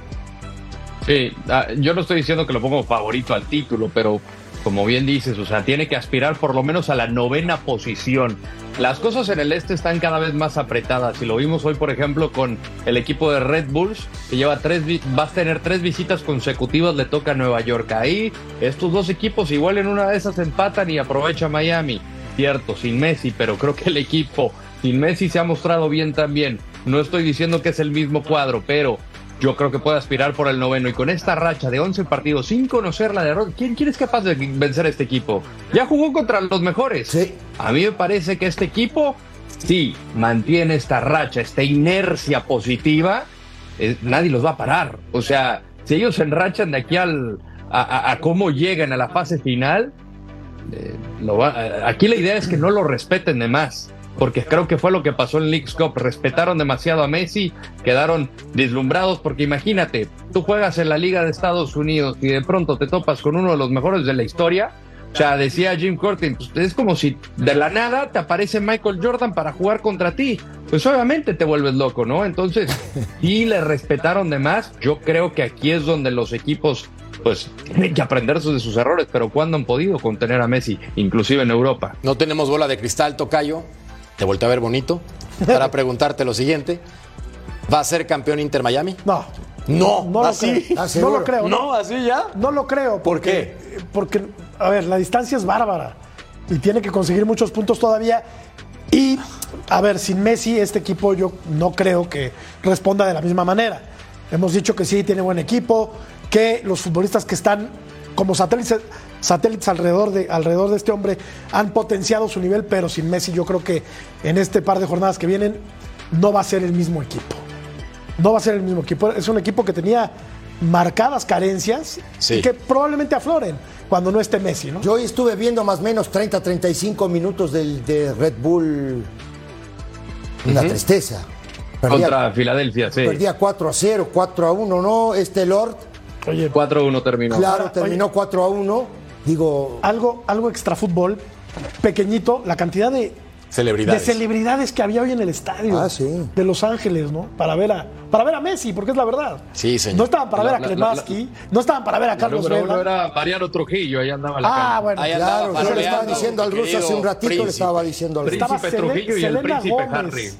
Sí, yo no estoy diciendo que lo pongo favorito al título, pero como bien dices, o sea, tiene que aspirar por lo menos a la 9ª posición. Las cosas en el este están cada vez más apretadas y lo vimos hoy, por ejemplo, con el equipo de Red Bulls, que lleva va a tener 3 visitas consecutivas, le toca a Nueva York. Ahí estos dos equipos igual en una de esas empatan y aprovecha Miami. Cierto, sin Messi, pero creo que el equipo sin Messi se ha mostrado bien también. No estoy diciendo que es el mismo cuadro, pero yo creo que puede aspirar por el 9º y con esta racha de 11 partidos sin conocer la derrota, ¿quién es capaz de vencer a este equipo? Ya jugó contra los mejores. Sí. A mí me parece que este equipo sí mantiene esta racha, esta inercia positiva, nadie los va a parar. O sea, si ellos se enrachan de aquí a cómo llegan a la fase final, aquí la idea es que no lo respeten de más. Porque creo que fue lo que pasó en Leagues Cup. Respetaron demasiado a Messi, quedaron deslumbrados, porque imagínate, tú juegas en la Liga de Estados Unidos y de pronto te topas con uno de los mejores de la historia. O sea, decía Jim Curtin, pues es como si de la nada te aparece Michael Jordan para jugar contra ti. Pues obviamente te vuelves loco, ¿no? Entonces, sí le respetaron de más. Yo creo que aquí es donde los equipos pues tienen que aprender de sus errores, pero ¿cuándo han podido contener a Messi? Inclusive en Europa. No tenemos bola de cristal, tocayo. Te volteé a ver bonito para preguntarte lo siguiente. ¿Va a ser campeón Inter Miami? No. No, No así. no lo creo. No, así ya. No lo creo. ¿Por qué? Porque, a ver, la distancia es bárbara y tiene que conseguir muchos puntos todavía. Y, a ver, sin Messi, este equipo yo no creo que responda de la misma manera. Hemos dicho que sí, tiene buen equipo, que los futbolistas que están como satélites alrededor de este hombre han potenciado su nivel, pero sin Messi yo creo que en este par de jornadas que vienen no va a ser el mismo equipo. No va a ser el mismo equipo. Es un equipo que tenía marcadas carencias y que probablemente afloren cuando no esté Messi, ¿no? Yo hoy estuve viendo más o menos 35 minutos de Red Bull. Una tristeza. Contra Filadelfia, sí. Perdía 4-0, 4-1, ¿no? Lord. Oye, 4-1 terminó. Claro, terminó 4-1. Digo... Algo extra fútbol, pequeñito, la cantidad de celebridades que había hoy en el estadio de Los Ángeles, ¿no? Para ver a Messi, porque es la verdad. Sí, señor. No estaban para ver a Klimansky, no estaban para ver a Carlos Vela. No era Mariano Trujillo, ahí andaba la cancha. Bueno, ahí claro, andaba yo le estaba diciendo al ruso hace un ratito, le estaba diciendo al ruso. Príncipe Trujillo y el Príncipe Harry.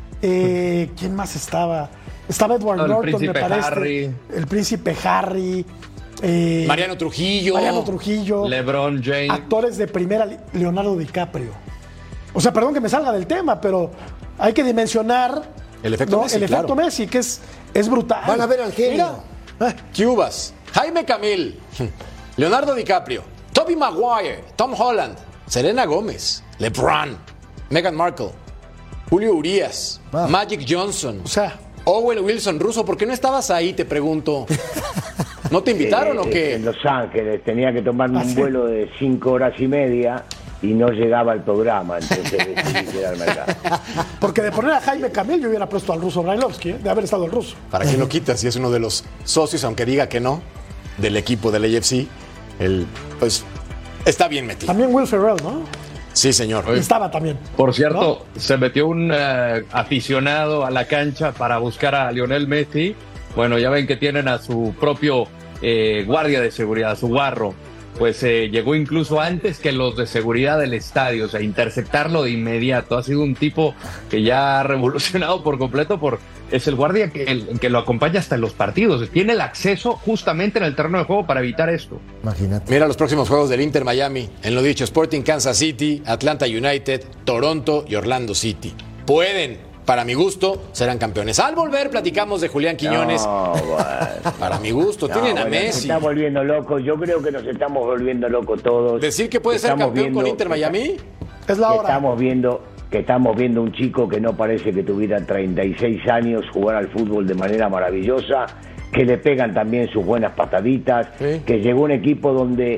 ¿Quién más estaba? Estaba Edward Norton, me parece. Harry. El Príncipe Harry. Mariano Trujillo. LeBron James. Actores de primera, Leonardo DiCaprio. O sea, perdón que me salga del tema, pero hay que dimensionar el efecto Messi. El efecto Messi, que es brutal. Van a ver al genio. Cubas, Jaime Camil, Leonardo DiCaprio, Tobey Maguire, Tom Holland, Selena Gómez, LeBron, Meghan Markle, Julio Urias, Magic Johnson, o sea, Owen Wilson. Ruso, ¿por qué no estabas ahí? Te pregunto. ¿No te invitaron o qué? En Los Ángeles, tenía que tomarme un vuelo de 5 horas y media y no llegaba al programa, entonces decidí quedarme acá. Porque de poner a Jaime Camil yo hubiera puesto al ruso Brailovsky, de haber estado el ruso. ¿Para qué lo quitas si es uno de los socios, aunque diga que no, del equipo del AFC? Pues está bien metido. También Will Ferrell, ¿no? Sí, señor. Estaba también. Por cierto, se metió un aficionado a la cancha para buscar a Lionel Messi. Bueno, ya ven que tienen a su propio guardia de seguridad, a su guarro. Pues llegó incluso antes que los de seguridad del estadio, o sea, interceptarlo de inmediato. Ha sido un tipo que ya ha revolucionado por completo, es el guardia que lo acompaña hasta en los partidos. Tiene el acceso justamente en el terreno de juego para evitar esto. Imagínate. Mira los próximos juegos del Inter Miami. En lo dicho, Sporting Kansas City, Atlanta United, Toronto y Orlando City. Pueden. Para mi gusto, serán campeones. Al volver, platicamos de Julián Quiñones. No, bueno. Para mi gusto, tienen a Messi. Se está volviendo locos. Yo creo que nos estamos volviendo locos todos. ¿Decir que puede ser campeón con Inter Miami? Es la hora. Estamos viendo un chico que no parece que tuviera 36 años jugar al fútbol de manera maravillosa, que le pegan también sus buenas pataditas, que llegó un equipo donde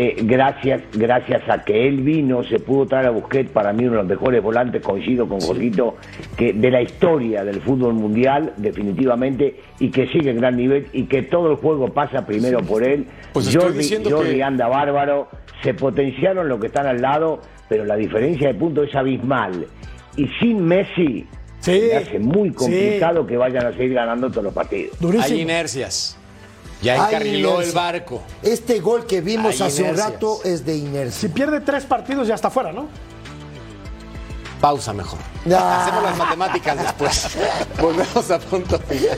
gracias a que él vino se pudo traer a Busquets, para mí uno de los mejores volantes, coincido con Jorgito, que de la historia del fútbol mundial definitivamente, y que sigue en gran nivel y que todo el juego pasa primero por él. Pues Jordi anda bárbaro, se potenciaron los que están al lado, pero la diferencia de puntos es abismal, y sin Messi me hace muy complicado que vayan a seguir ganando todos los partidos. Durísimo. Hay inercias. Ya encarriló el barco. Este gol que vimos hace un inercias. rato es de inercia. Si pierde 3 partidos ya está fuera, ¿no? Pausa mejor. Hacemos las matemáticas después. Volvemos a punto final.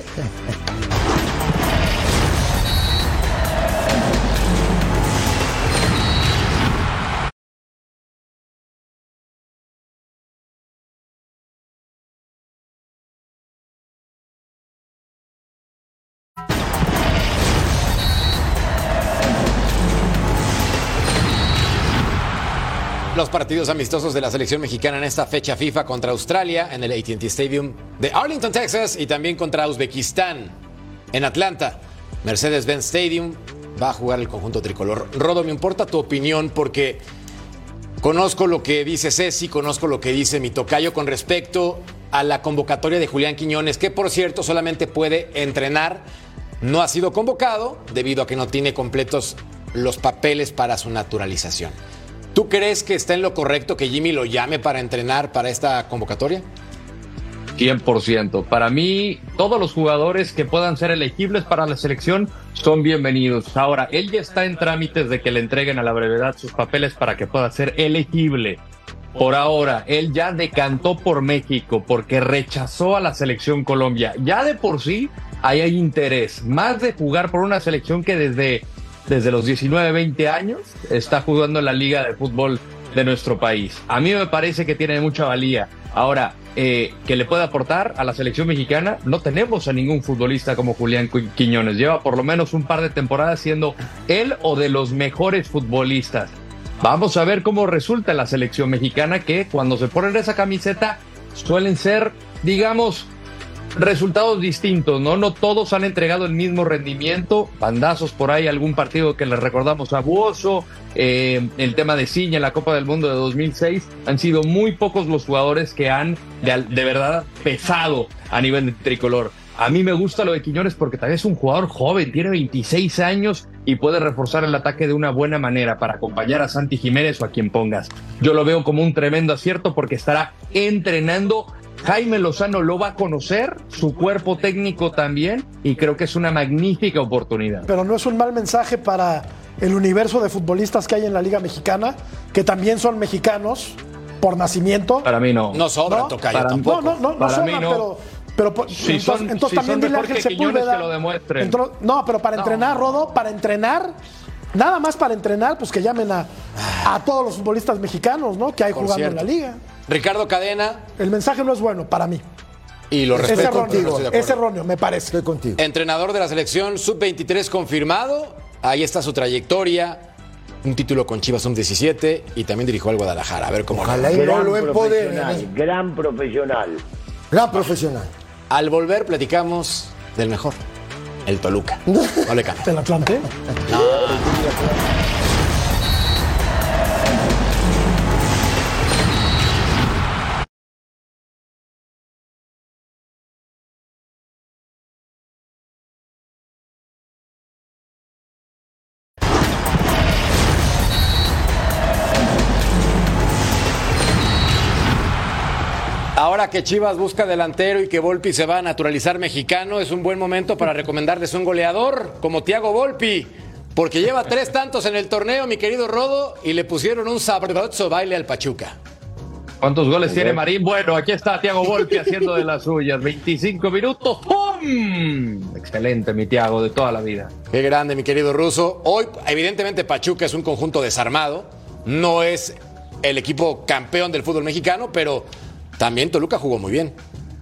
Los partidos amistosos de la selección mexicana en esta fecha FIFA contra Australia en el AT&T Stadium de Arlington, Texas, y también contra Uzbekistán en Atlanta. Mercedes-Benz Stadium va a jugar el conjunto tricolor. Rodo, me importa tu opinión porque conozco lo que dice Ceci, conozco lo que dice mi tocayo con respecto a la convocatoria de Julián Quiñones, que por cierto solamente puede entrenar. No ha sido convocado debido a que no tiene completos los papeles para su naturalización. ¿Tú crees que está en lo correcto que Jimmy lo llame para entrenar para esta convocatoria? 100%. Para mí, todos los jugadores que puedan ser elegibles para la selección son bienvenidos. Ahora, él ya está en trámites de que le entreguen a la brevedad sus papeles para que pueda ser elegible. Por ahora, él ya decantó por México porque rechazó a la selección Colombia. Ya de por sí, ahí hay interés, más de jugar por una selección que desde los 19, 20 años está jugando en la Liga de Fútbol de nuestro país. A mí me parece que tiene mucha valía. Ahora, que le puede aportar a la selección mexicana, no tenemos a ningún futbolista como Julián Quiñones. Lleva por lo menos un par de temporadas siendo él o de los mejores futbolistas. Vamos a ver cómo resulta la selección mexicana, que cuando se ponen esa camiseta suelen ser, digamos, resultados distintos, ¿no? No todos han entregado el mismo rendimiento. Bandazos por ahí, algún partido que les recordamos a Buoso, el tema de Ciña en la Copa del Mundo de 2006. Han sido muy pocos los jugadores que han de verdad pesado a nivel de tricolor. A mí me gusta lo de Quiñones porque también es un jugador joven, tiene 26 años y puede reforzar el ataque de una buena manera para acompañar a Santi Jiménez o a quien pongas. Yo lo veo como un tremendo acierto porque estará entrenando. Jaime Lozano lo va a conocer, su cuerpo técnico también, y creo que es una magnífica oportunidad. Pero no es un mal mensaje para el universo de futbolistas que hay en la Liga Mexicana, que también son mexicanos por nacimiento. Para mí no. No sobran, Tocayo, Para- tampoco. No Para sobran, mí no. pero Si entonces, son- entonces si también son dile a mejor Ángel que Quiñones, Sepúlveda. que lo demuestren. No, pero para entrenar, Rodo, para entrenar, nada más para entrenar, pues que llamen a todos los futbolistas mexicanos, ¿no? Que hay Por jugando cierto. en la liga. Ricardo Cadena, El mensaje no es bueno para mí. y lo Es respeto. erróneo, pero no estoy de acuerdo. es erróneo, me parece. Estoy contigo. Entrenador de la selección sub-23 confirmado. Ahí está su trayectoria. Un título con Chivas sub-17 y también dirigió al Guadalajara. A ver cómo. Ojalá y no Gran lo empoderen. profesional, gran profesional. Gran profesional. Al volver platicamos del mejor, el Toluca. No le cambia. ¿El Atlante? Ahora que Chivas busca delantero y que Volpi se va a naturalizar mexicano, es un buen momento para recomendarles un goleador como Thiago Volpi, porque lleva 3 tantos en el torneo, mi querido Rodo, y le pusieron un sabroso baile al Pachuca. ¿Cuántos goles tiene Marín? Bueno, aquí está Thiago Volpi haciendo de las suyas. 25 minutos. ¡Pum! Excelente, mi Thiago, de toda la vida. Qué grande, mi querido Ruso. Hoy, evidentemente, Pachuca es un conjunto desarmado. No es el equipo campeón del fútbol mexicano, pero también Toluca jugó muy bien.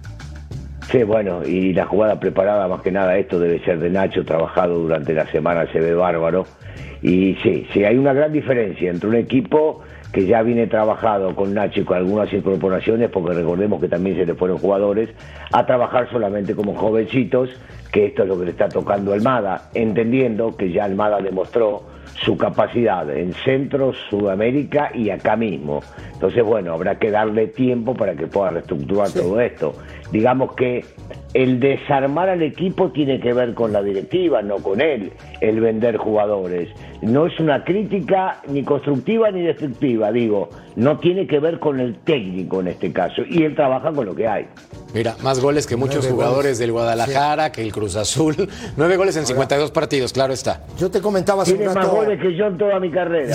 Sí, bueno, y la jugada preparada, más que nada, esto debe ser de Nacho, trabajado durante la semana, se ve bárbaro. Y sí, hay una gran diferencia entre un equipo que ya viene trabajado con Nacho y con algunas incorporaciones, porque recordemos que también se le fueron jugadores, a trabajar solamente como jovencitos, que esto es lo que le está tocando a Almada, entendiendo que ya Almada demostró su capacidad en Centro, Sudamérica y acá mismo. Entonces, bueno, habrá que darle tiempo para que pueda reestructurar todo esto. Digamos que el desarmar al equipo tiene que ver con la directiva, no con él, el vender jugadores. No es una crítica ni constructiva ni destructiva, digo, no tiene que ver con el técnico en este caso, y él trabaja con lo que hay. Mira, más goles que muchos 9 jugadores goles. del Guadalajara, que el Cruz Azul. 9 goles en 52 partidos, claro está. Yo te comentaba hace un Tiene más rato. goles que yo en toda mi carrera.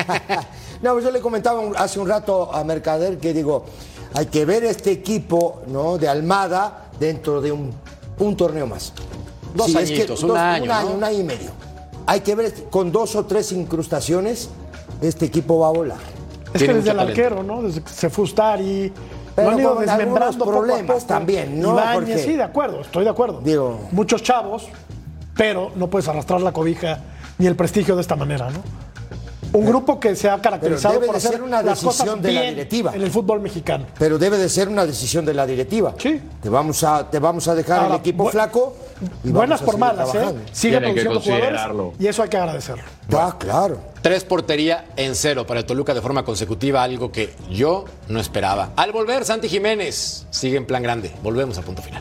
No, yo le comentaba hace un rato a Mercader que digo, hay que ver este equipo, ¿no?, de Almada dentro de un torneo más. 2 Sí, es que añitos, un año, ¿no? un año y medio. Hay que ver con 2 o 3 incrustaciones, este equipo va a volar. Es Tiene que desde mucho el arquero, ¿no? Desde que se fue Ustari, Pero lo han ido con desmembrando algunos poco a problemas poco. también, ¿no? Ibáñez, Porque- sí, de acuerdo, estoy de acuerdo. Digo- Muchos chavos, pero no puedes arrastrar la cobija ni el prestigio de esta manera, ¿no? Un grupo que se ha caracterizado debe por de hacer ser una las cosas decisión de la bien directiva. en el fútbol mexicano. Pero debe de ser una decisión de la directiva. Sí. Te vamos a dejar Ahora, el equipo flaco. Y Buenas vamos a por seguir malas, trabajando. Sigue Tienen que produciendo jugadores considerarlo. y eso hay que agradecerlo. Ah, claro. 3 portería en 0 para el Toluca de forma consecutiva, algo que yo no esperaba. Al volver, Santi Jiménez sigue en plan grande. Volvemos a punto final.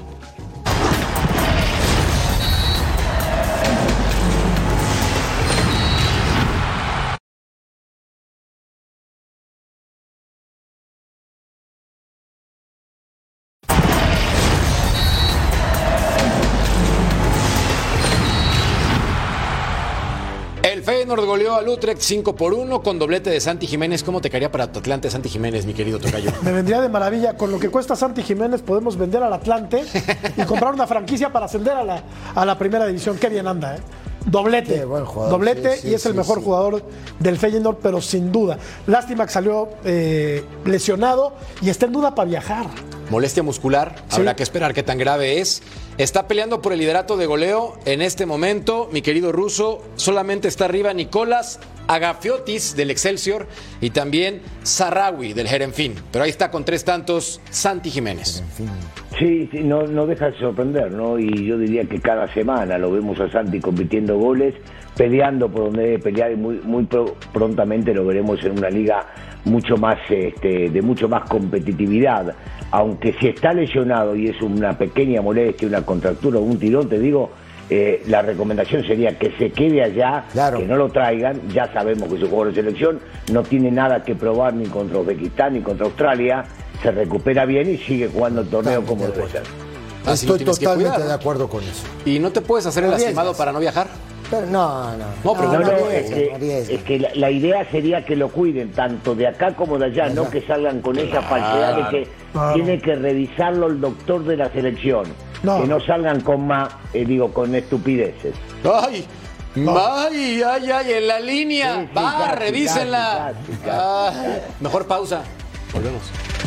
El Feyenoord goleó al Utrecht 5-1 con doblete de Santi Jiménez. ¿Cómo te caería para tu Atlante Santi Jiménez, mi querido tocayo? Me vendría de maravilla. Con lo que cuesta Santi Jiménez podemos vender al Atlante y comprar una franquicia para ascender a la primera división. Qué bien anda, ¿eh? Doblete. Qué buen jugador. Doblete Sí, y es el mejor jugador del Feyenoord, pero sin duda. Lástima que salió lesionado y está en duda para viajar. Molestia muscular, Sí. habrá que esperar qué tan grave es. Está peleando por el liderato de goleo en este momento, mi querido Russo. Solamente está arriba Nicolás Agafiotis del Excelsior y también Sarraoui del Herenfín. Pero ahí está con 3 tantos Santi Jiménez. Sí, no deja de sorprender, ¿no? Y yo diría que cada semana lo vemos a Santi convirtiendo goles, peleando por donde debe pelear y muy prontamente lo veremos en una liga mucho más de mucho más competitividad. Aunque si está lesionado y es una pequeña molestia, una contractura o un tirón, te digo, la recomendación sería que se quede allá, Claro. que no lo traigan. Ya sabemos que es un jugador de selección, no tiene nada que probar ni contra Uzbekistán ni contra Australia. Se recupera bien y sigue jugando el torneo como debe ser. Así lo Estoy tienes que totalmente cuidar, ¿no? de acuerdo con eso. Y no te puedes hacer el Arriesgas. lastimado para no viajar. Pero no. No, pero No, arriesgan. es que la idea sería que lo cuiden tanto de acá como de allá, no que salgan con esa falsedad de que tiene que revisarlo el doctor de la selección, No. que no salgan con estupideces. ¡Ay! ¡Ay, ay, ay! En la línea. Sí, sí, Va, casi, revísenla. casi. Ay, mejor pausa. Volvemos.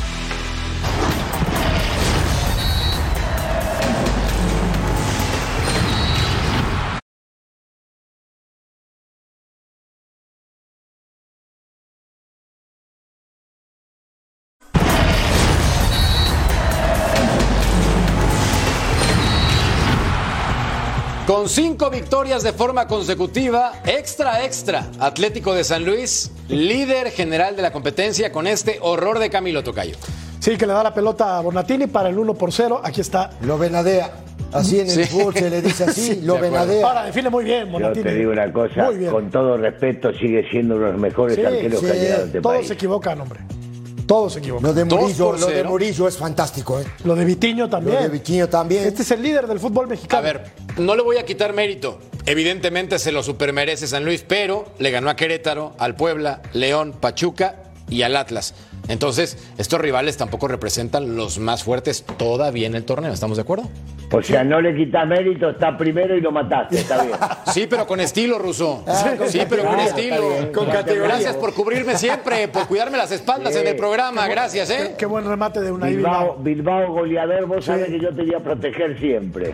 Con 5 victorias de forma consecutiva, extra, Atlético de San Luis, líder general de la competencia con este horror de Camilo Tocayo. Sí, que le da la pelota a Bonatini para el 1-0. Aquí está. Lo venadea. Así en el fútbol se le dice así, lo de acuerdo. venadea. Ahora define muy bien, Yo Bonatini. te digo una cosa, Muy bien. con todo respeto, sigue siendo uno de los mejores Sí, arqueros que ha llegado a este todos país. se equivocan, hombre. Todos se equivocan. Lo de 2-0. Murillo es fantástico, ¿eh? Lo de Vitiño también. Lo de Vitinho también. Este es el líder del fútbol mexicano. A ver, no le voy a quitar mérito. Evidentemente se lo supermerece San Luis, pero le ganó a Querétaro, al Puebla, León, Pachuca y al Atlas. Entonces, estos rivales tampoco representan los más fuertes todavía en el torneo. ¿Estamos de acuerdo? O sea, no le quitas mérito, está primero y lo mataste, está bien. Sí, pero con estilo, Russo. Sí, pero con estilo. bien. Con categoría. Gracias por cubrirme siempre, por cuidarme las espaldas en el programa. Gracias, ¿eh? Qué buen remate de una Bilbao goleador, vos sabés que yo te voy a proteger siempre.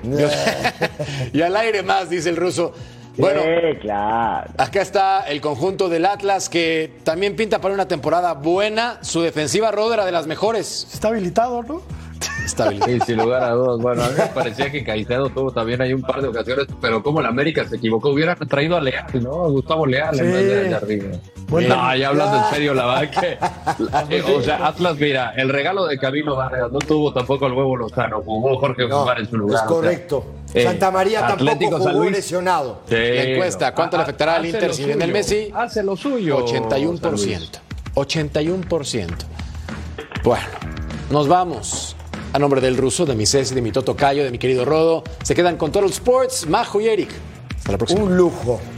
Y al aire más, dice el Russo. Bueno, Claro. acá está el conjunto del Atlas que también pinta para una temporada buena. Su defensiva, Rodo, era de las mejores. Está habilitado, ¿no? Estabilidad. Y sin lugar a dudas, bueno, a mí me parecía que Caicedo tuvo también ahí un par de ocasiones, pero como la América se equivocó, hubieran traído a Leal, ¿no? A Gustavo Leal en vez de allá arriba. Bueno, No, ya hablando en serio, la verdad que o sea, Atlas, mira, el regalo de Camilo Vargas no tuvo tampoco el huevo Lozano, jugó Jorge No, Guzmán en su lugar. es correcto. O sea, Santa María Atlético tampoco San jugó Luis. lesionado. Sí, La encuesta, ¿cuánto le afectará al hace Inter lo si viene el suyo, Messi? Hace lo suyo. 81%. 81%. Bueno, nos vamos. A nombre del Russo, de mi Ceci, de mi Toto Cayo, de mi querido Rodo, se quedan con Total Sports, Majo y Eric. Hasta la próxima. Un lujo.